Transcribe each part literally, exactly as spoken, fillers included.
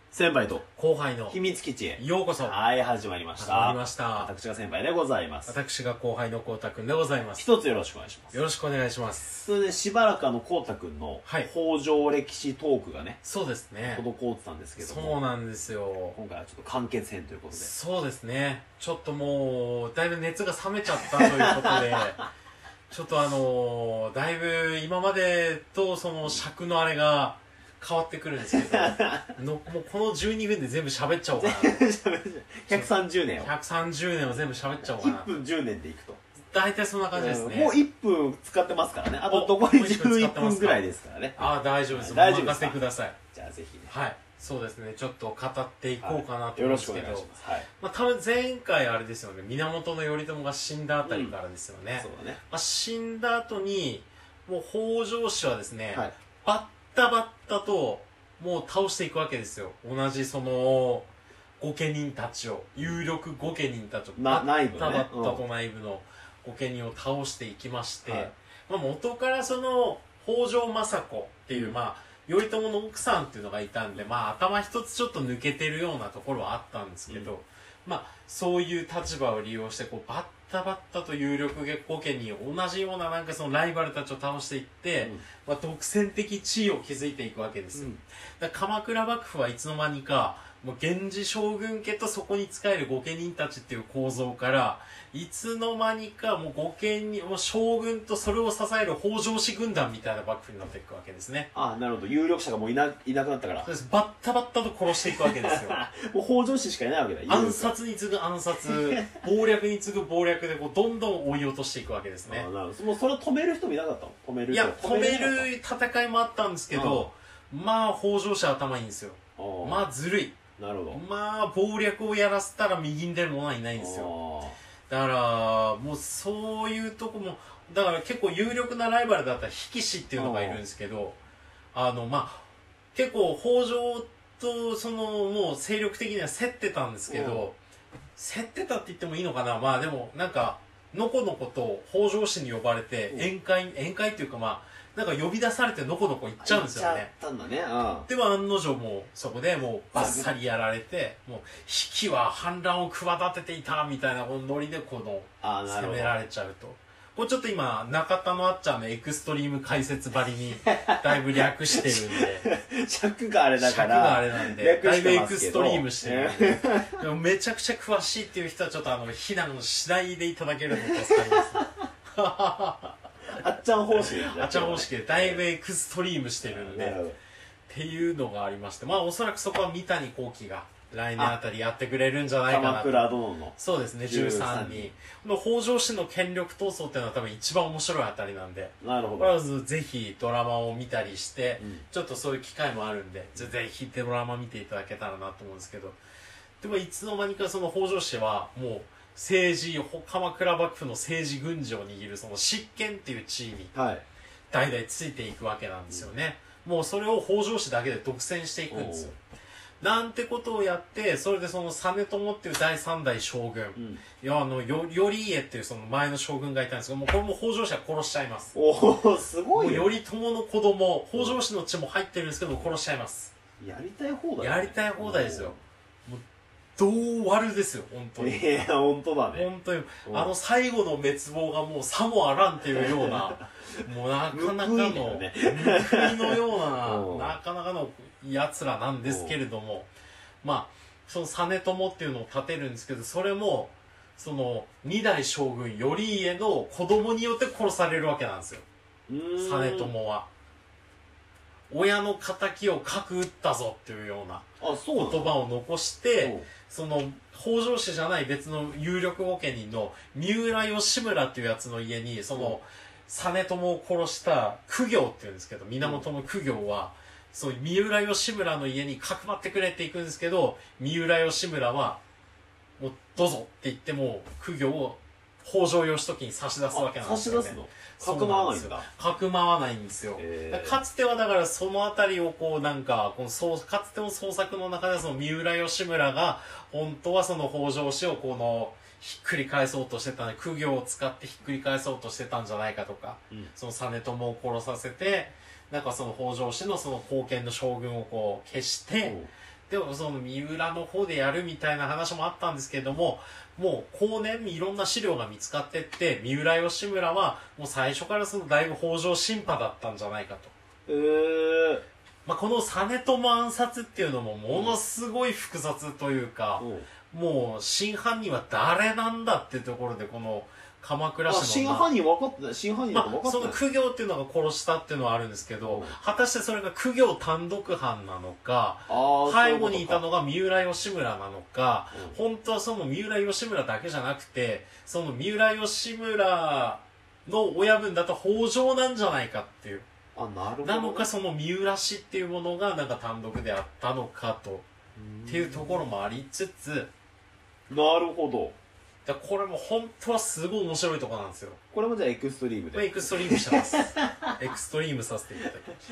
先輩と後輩の秘密基地へようこそ。 はい、始まりました。 始まりました。 私が先輩でございます。 私が後輩のこうたくんでございます。 一つよろしくお願いします。 よろしくお願いします。 それでしばらくあのこうたくんの北条歴史トークがね、 そうですね、 滞ってたんですけども、 そうなんですよ。 今回はちょっと完結編ということで、 そうですね、ちょっともうだいぶ熱が冷めちゃったということでちょっとあのー、だいぶ今までとその尺のあれが変わってくるんですけどのもうこのじゅうにふんで全部喋っちゃおうかなひゃくさんじゅうねんをひゃくさんじゅうねんを全部喋っちゃおうかな。 いっぷんじゅうねんでいくと大体そんな感じですね。 もういっぷん使ってますからね。あと残りじゅういっぷんぐらいですからね。 ああ、大丈夫です。お大丈夫です任せください。 じゃあぜひね。 はい、そうですね、ちょっと語っていこうかなとよろし思うんですけど、 くお願いします。はい。 まあ多分前回あれですよね、源頼朝が死んだあたりからですよね。 そうだね。 まあ、死んだ後にもう北条氏はですね、 はい、 バッタバッタともう倒していくわけですよ。同じその御家人たちを、有力御家人たちをバッタバッタと内部の御家人を倒していきまして、はい、まあ元からその北条政子っていう、まあ頼朝の奥さんっていうのがいたんで、まあ頭一つちょっと抜けてるようなところはあったんですけど、うん、まあそういう立場を利用してこうバッタバッタと有力御家に同じようななんかそのライバルたちを倒していって、うん、まあ独占的地位を築いていくわけです、うん、だから鎌倉幕府はいつの間にかもう源氏将軍家とそこに仕える御家人たちっていう構造からいつの間にかもう御家人もう将軍とそれを支える北条氏軍団みたいな幕府になっていくわけですね。 ああ、なるほど。有力者がもういな、いなくなったから。 そうです。バッタバッタと殺していくわけですよもう北条氏しかいないわけだ。 暗殺に次ぐ暗殺謀略に次ぐ謀略でこうどんどん追い落としていくわけですね。 ああ、なるほど。もうそれを止める人もいなかったの？止める人。 いや、止める戦いもあったんですけど、まあ北条氏は頭いいんですよ。まあずるい。 なるほど。 まあ謀略をやらせたら右に出る者はいないんですよ。だからもうそういうとこもだから結構有力なライバルだったら比企氏っていうのがいるんですけど、あのまあ結構北条とそのもう勢力的には競ってたんですけど、競ってたって言ってもいいのかな。まあでもなんかのこのこと北条氏に呼ばれて宴会宴会っていうかまあなんか呼び出されてのこのこ行っちゃうんですよね。 行っちゃったんだね。うん。 でも案の定もうそこでもうバッサリやられて、もう比企は反乱を企てていたみたいなノリでこの攻められちゃうと。これちょっと今中田のあっちゃんのエクストリーム解説ばりにだいぶ略してるんで尺があれだから尺があれなんでだいぶエクストリームしてるんででもめちゃくちゃ詳しいっていう人はちょっとあの非難しないでいただけると助かりますねあっちゃん方式であっちゃん方式でだいぶエクストリームしてるんでっていうのがありまして、まあおそらくそこは三谷幸喜が来年あたりやってくれるんじゃないかなと。 鎌倉殿のそうですね、じゅうさんにん北条氏の権力闘争っていうのは多分一番面白いあたりなんで、 なるほど。 まずぜひドラマを見たりして、うん、ちょっとそういう機会もあるんで、ぜひドラマ見ていただけたらなと思うんですけど、でもいつの間にかその北条氏はもう政治、鎌倉幕府の政治軍事を握るその執権っていう地位に代々ついていくわけなんですよね、うん、もうそれを北条氏だけで独占していくんですよ。なんてことをやって、それでその実朝っていうだいさん代将軍、うん、いやあのよ頼家っていうその前の将軍がいたんですけど、もうこれも北条氏は殺しちゃいます。 おお、すごいよ。 もう頼朝の子供、北条氏の血も入ってるんですけど殺しちゃいます。 やりたい放題、 ね、やりたい放題ですよ。もうどう悪ですよ本当に。 いや本当だね。 本当にあの最後の滅亡がもうさもあらんっていうようなもうなかなかの報いのようななかなかのやつらなんですけれども、まあその実朝っていうのを立てるんですけど、それもそのに代将軍頼家の子供によって殺されるわけなんですよ。実朝は親の敵を核撃ったぞっていうような言葉を残して、その北条氏じゃない別の有力御家人の三浦義村っていうやつの家にその実朝を殺した公暁っていうんですけど、源の公暁はそう三浦義村の家にかくまってくれっていくんですけど、三浦義村はもうどうぞって言っても公暁を北条義時に差し出すわけなんですよね。 差し出すの？かくまわないんだ。 かくまわないんですよ。かつてはだからそのあたりをこうなんかこのそうかつての創作の中でその三浦義村が本当はその北条氏をこのひっくり返そうとしてたので、公暁を使ってひっくり返そうとしてたんじゃないかとか、うん、その実朝を殺させてなんかその北条氏のその封建の将軍をこう消して、 でもその三浦の方でやるみたいな話もあったんですけれども、もう後年いろんな資料が見つかってって、三浦義村はもう最初からそのだいぶ北条新派だったんじゃないかと。 えーまあ、この実朝暗殺っていうのもものすごい複雑というか、うん、もう真犯人は誰なんだっていうところで、この鎌倉市の真犯人分かってない真犯人とか分かってない、 まあ、その公暁っていうのが殺したっていうのはあるんですけど、うん、果たしてそれが公暁単独犯なのか、背後にいたのが三浦義村なのか、うん、本当はその三浦義村だけじゃなくて、その三浦義村の親分だと北条なんじゃないかっていう。 あ、なるほど、ね、 なのか、その三浦氏っていうものがなんか単独であったのかとっていうところもありつつ、 なるほど。 だこれも本当はすごい面白いところなんですよ。 これもじゃあエクストリームで。 エクストリームしてます。エクストリームさせていただきます。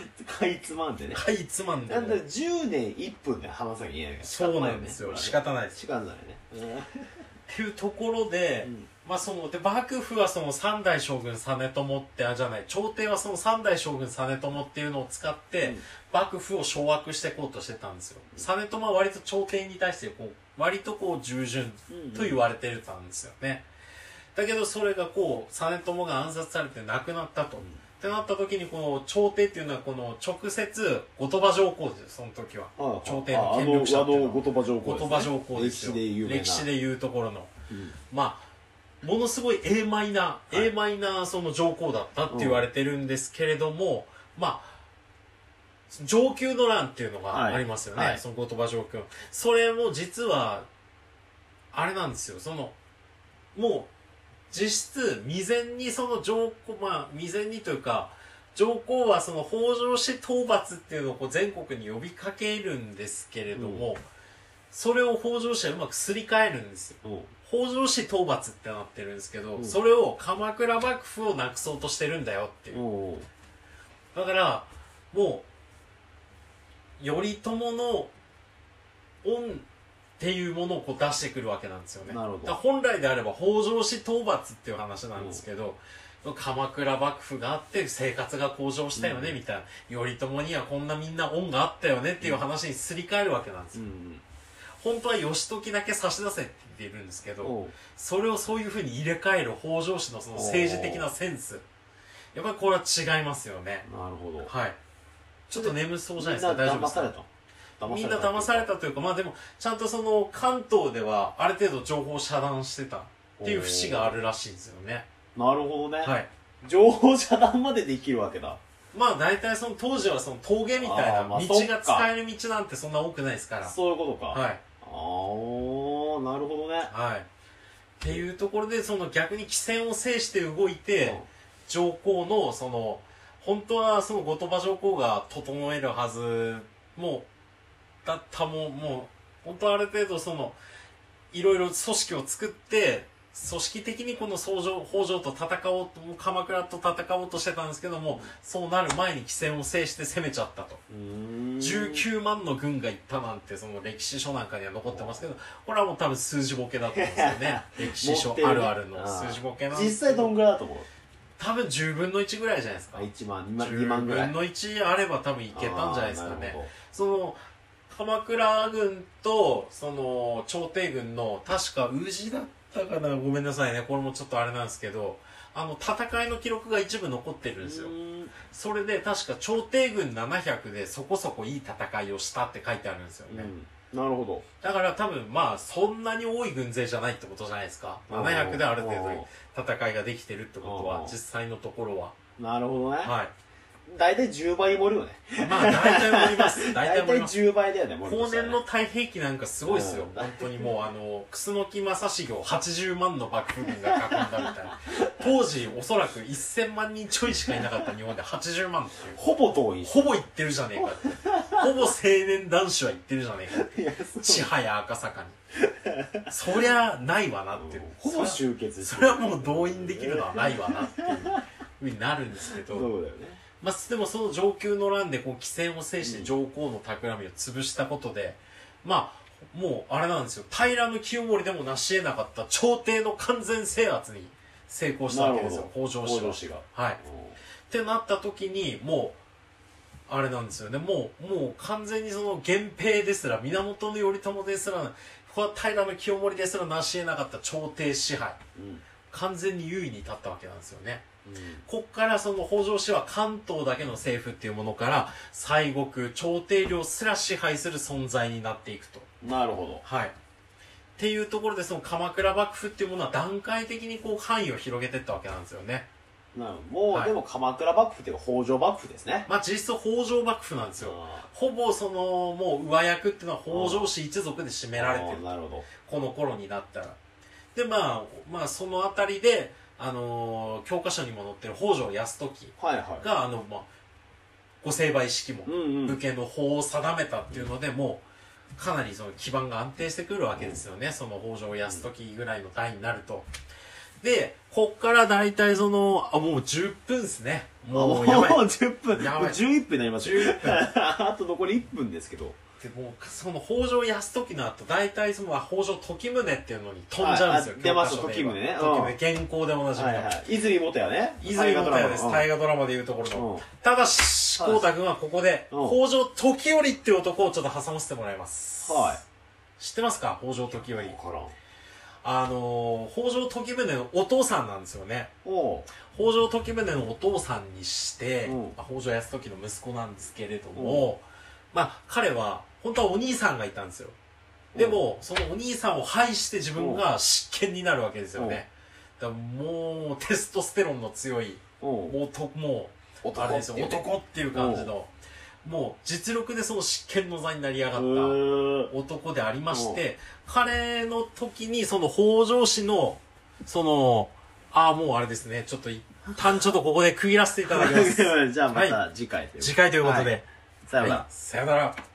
かいつまんでね。 かいつまんで、ね。 なんだじゅうねんいっぷんで話さなきゃいけないから。 そうなんですよ。仕方ないです。 仕方ないね。 っていうところで、うん、まあそので幕府はその三代将軍実朝ってあじゃない朝廷はその三代将軍実朝っていうのを使って、うん、幕府を掌握していこうとしてたんですよ。実朝は割と朝廷に対してこう割とこう従順と言われてたんですよね。うんうん、だけどそれがこう実朝が暗殺されて亡くなったと。うん、ってなった時にこの朝廷っていうのはこの直接後鳥羽上皇ですよ。その時は朝廷の権力者っていうのは後鳥羽上皇ですね。 後鳥羽上皇ですよ。 歴史で有名な歴史でいうところの、うん、まあものすごい A マイナー、はい、A マイナーその上皇だったって言われてるんですけれども、うん、まあ承久の乱っていうのがありますよね、はいはい、その後鳥羽上皇。それも実はあれなんですよ。そのもう実質未然にその上皇、まあ未然にというか上皇はその北条氏討伐っていうのをこう全国に呼びかけるんですけれども、うん、それを北条氏はうまくすり替えるんですよ、うん、北条氏討伐ってなってるんですけど、うん、それを鎌倉幕府をなくそうとしてるんだよっていう、うん、だからもう頼朝の恩っていうものをこう出してくるわけなんですよね。 なるほど。 だ本来であれば北条氏討伐っていう話なんですけど、うん、鎌倉幕府があって生活が向上したよね、うん、みたいな、頼朝にはこんなみんな恩があったよねっていう話にすり替えるわけなんですよ、うん、本当は義時だけ差し出せって言っているんですけど、うん、それをそういうふうに入れ替える北条氏のその政治的なセンス、やっぱりこれは違いますよね。 なるほど。 はい。ちょっと眠そうじゃないですか。大丈夫ですか。みんな騙されたというか、まあでもちゃんとその関東ではある程度情報を遮断してたっていう節があるらしいんですよね。 なるほどね。 はい。 情報遮断までできるわけだ。 まあ大体その当時はその峠みたいな道が使える道なんてそんな多くないですから。 そういうことか。 はい。ああ、 なるほどね。 はい。っていうところでその逆に機戦を制して動いて、うん、上皇のその本当はその後鳥羽上皇が整えるはずもだったももう本当ある程度そのいろいろ組織を作って組織的にこの北条北条と戦おうと鎌倉と戦おうとしてたんですけども、そうなる前に機戦を制して攻めちゃったと。じゅうきゅうまんの軍が行ったなんてその歴史書なんかには残ってますけど、これはもう多分数字ボケだと思うんですよね。歴史書あるあるの数字ボケなんですけど、 実際どんぐらいだと思う？ 多分じゅうぶんのいちぐらいじゃないですか。 いちまん、にまんぐらい。 じゅうぶんのいちあれば多分いけたんじゃないですかね。その鎌倉軍とその朝廷軍の確か宇治だったかな、ごめんなさいね、これもちょっとあれなんですけど、あの戦いの記録が一部残ってるんですよ。それで確か朝廷軍ななひゃくでそこそこいい戦いをしたって書いてあるんですよね、 うん、なるほど。 だから多分まあそんなに多い軍勢じゃないってことじゃないですか。ななひゃくである程度戦いができてるってことは実際のところは。 なるほどね。 はい。 大体じゅうばい盛るよね。 まあ大体盛ります。 大体盛ります。じゅうばいだよね、盛る。後年の太平記なんかすごいですよ。本当にもうあの、楠木正成をはちじゅうまんの幕府軍が囲んだみたいな。当時おそらくせんまんにんちょいしかいなかった日本ではちじゅうまんっていう。 ほぼ遠い。 ほぼ行ってるじゃねえかって。ほぼ青年男子は行ってるじゃねえかって。千早赤坂に。そりゃないわなっていう。 ほぼ集結してる。それはもう動員できるのはないわなっていうふうになるんですけど。 そうだよね。 まあ、でもその承久の乱でこう機戦を制して上皇の企みを潰したことで、うん、まあもうあれなんですよ、平清盛でも成し得なかった朝廷の完全制圧に成功したわけですよ、北条氏が。はい。ってなった時にもうあれなんですよね。もう、もう完全にその源平ですら、源頼朝ですら、平清盛ですら成し得なかった朝廷支配。うん、完全に優位に立ったわけなんですよね。うん、こっからその北条氏は関東だけの政府っていうものから西国朝廷領すら支配する存在になっていくと。 なるほど。 はい。っていうところでその鎌倉幕府っていうものは段階的にこう範囲を広げていったわけなんですよね。 なるほど。もう、はい、でも鎌倉幕府っていうか北条幕府ですね。 まあ実質北条幕府なんですよ。ほぼそのもう上役っていうのは北条氏一族で占められてる。 なるほど。 この頃になったら。でまあまあそのあたりで。あのー、教科書にも載ってる北条泰時が、はいはい、あの、まあ、ご成敗式も、武家の法を定めたっていうので、うん、もう、かなりその基盤が安定してくるわけですよね。うん、その北条泰時ぐらいの代になると。で、こっから大体その、あ、もうじゅっぷんですね。 もうやばい。もうじゅっぷん。 やばい。 じゅういっぷんになりますじゅういっぷん。 あと残りいっぷんですけど。 でもうその北条泰時の後大体その北条時宗っていうのに飛んじゃうんですよ。 出ます時宗ね。 時宗、現行でおなじみの、はいはい、 泉元也ね。 泉元也です。大河ドラマでいうところの、うん、ただし浩太君はここで、うん、北条時頼っていう男をちょっと挟ませてもらいます。はい。知ってますか、北条時頼。あのー、北条時宗のお父さんなんですよね。北条時宗のお父さんにして、うん、まあ、北条泰時の息子なんですけれども、まあ彼は本当はお兄さんがいたんですよ。でも、そのお兄さんを排して自分が執権になるわけですよね。だからもう、テストステロンの強い、もう、もう、あれですよ、男っていう感じの、もう、実力でその執権の座になり上がった男でありまして、彼の時に、その北条氏の、その、ああ、もうあれですね、ちょっと一旦ちょっとここで区切らせていただきます。 じゃあまた次回ということで。 次回ということで。 さよなら。 さよなら。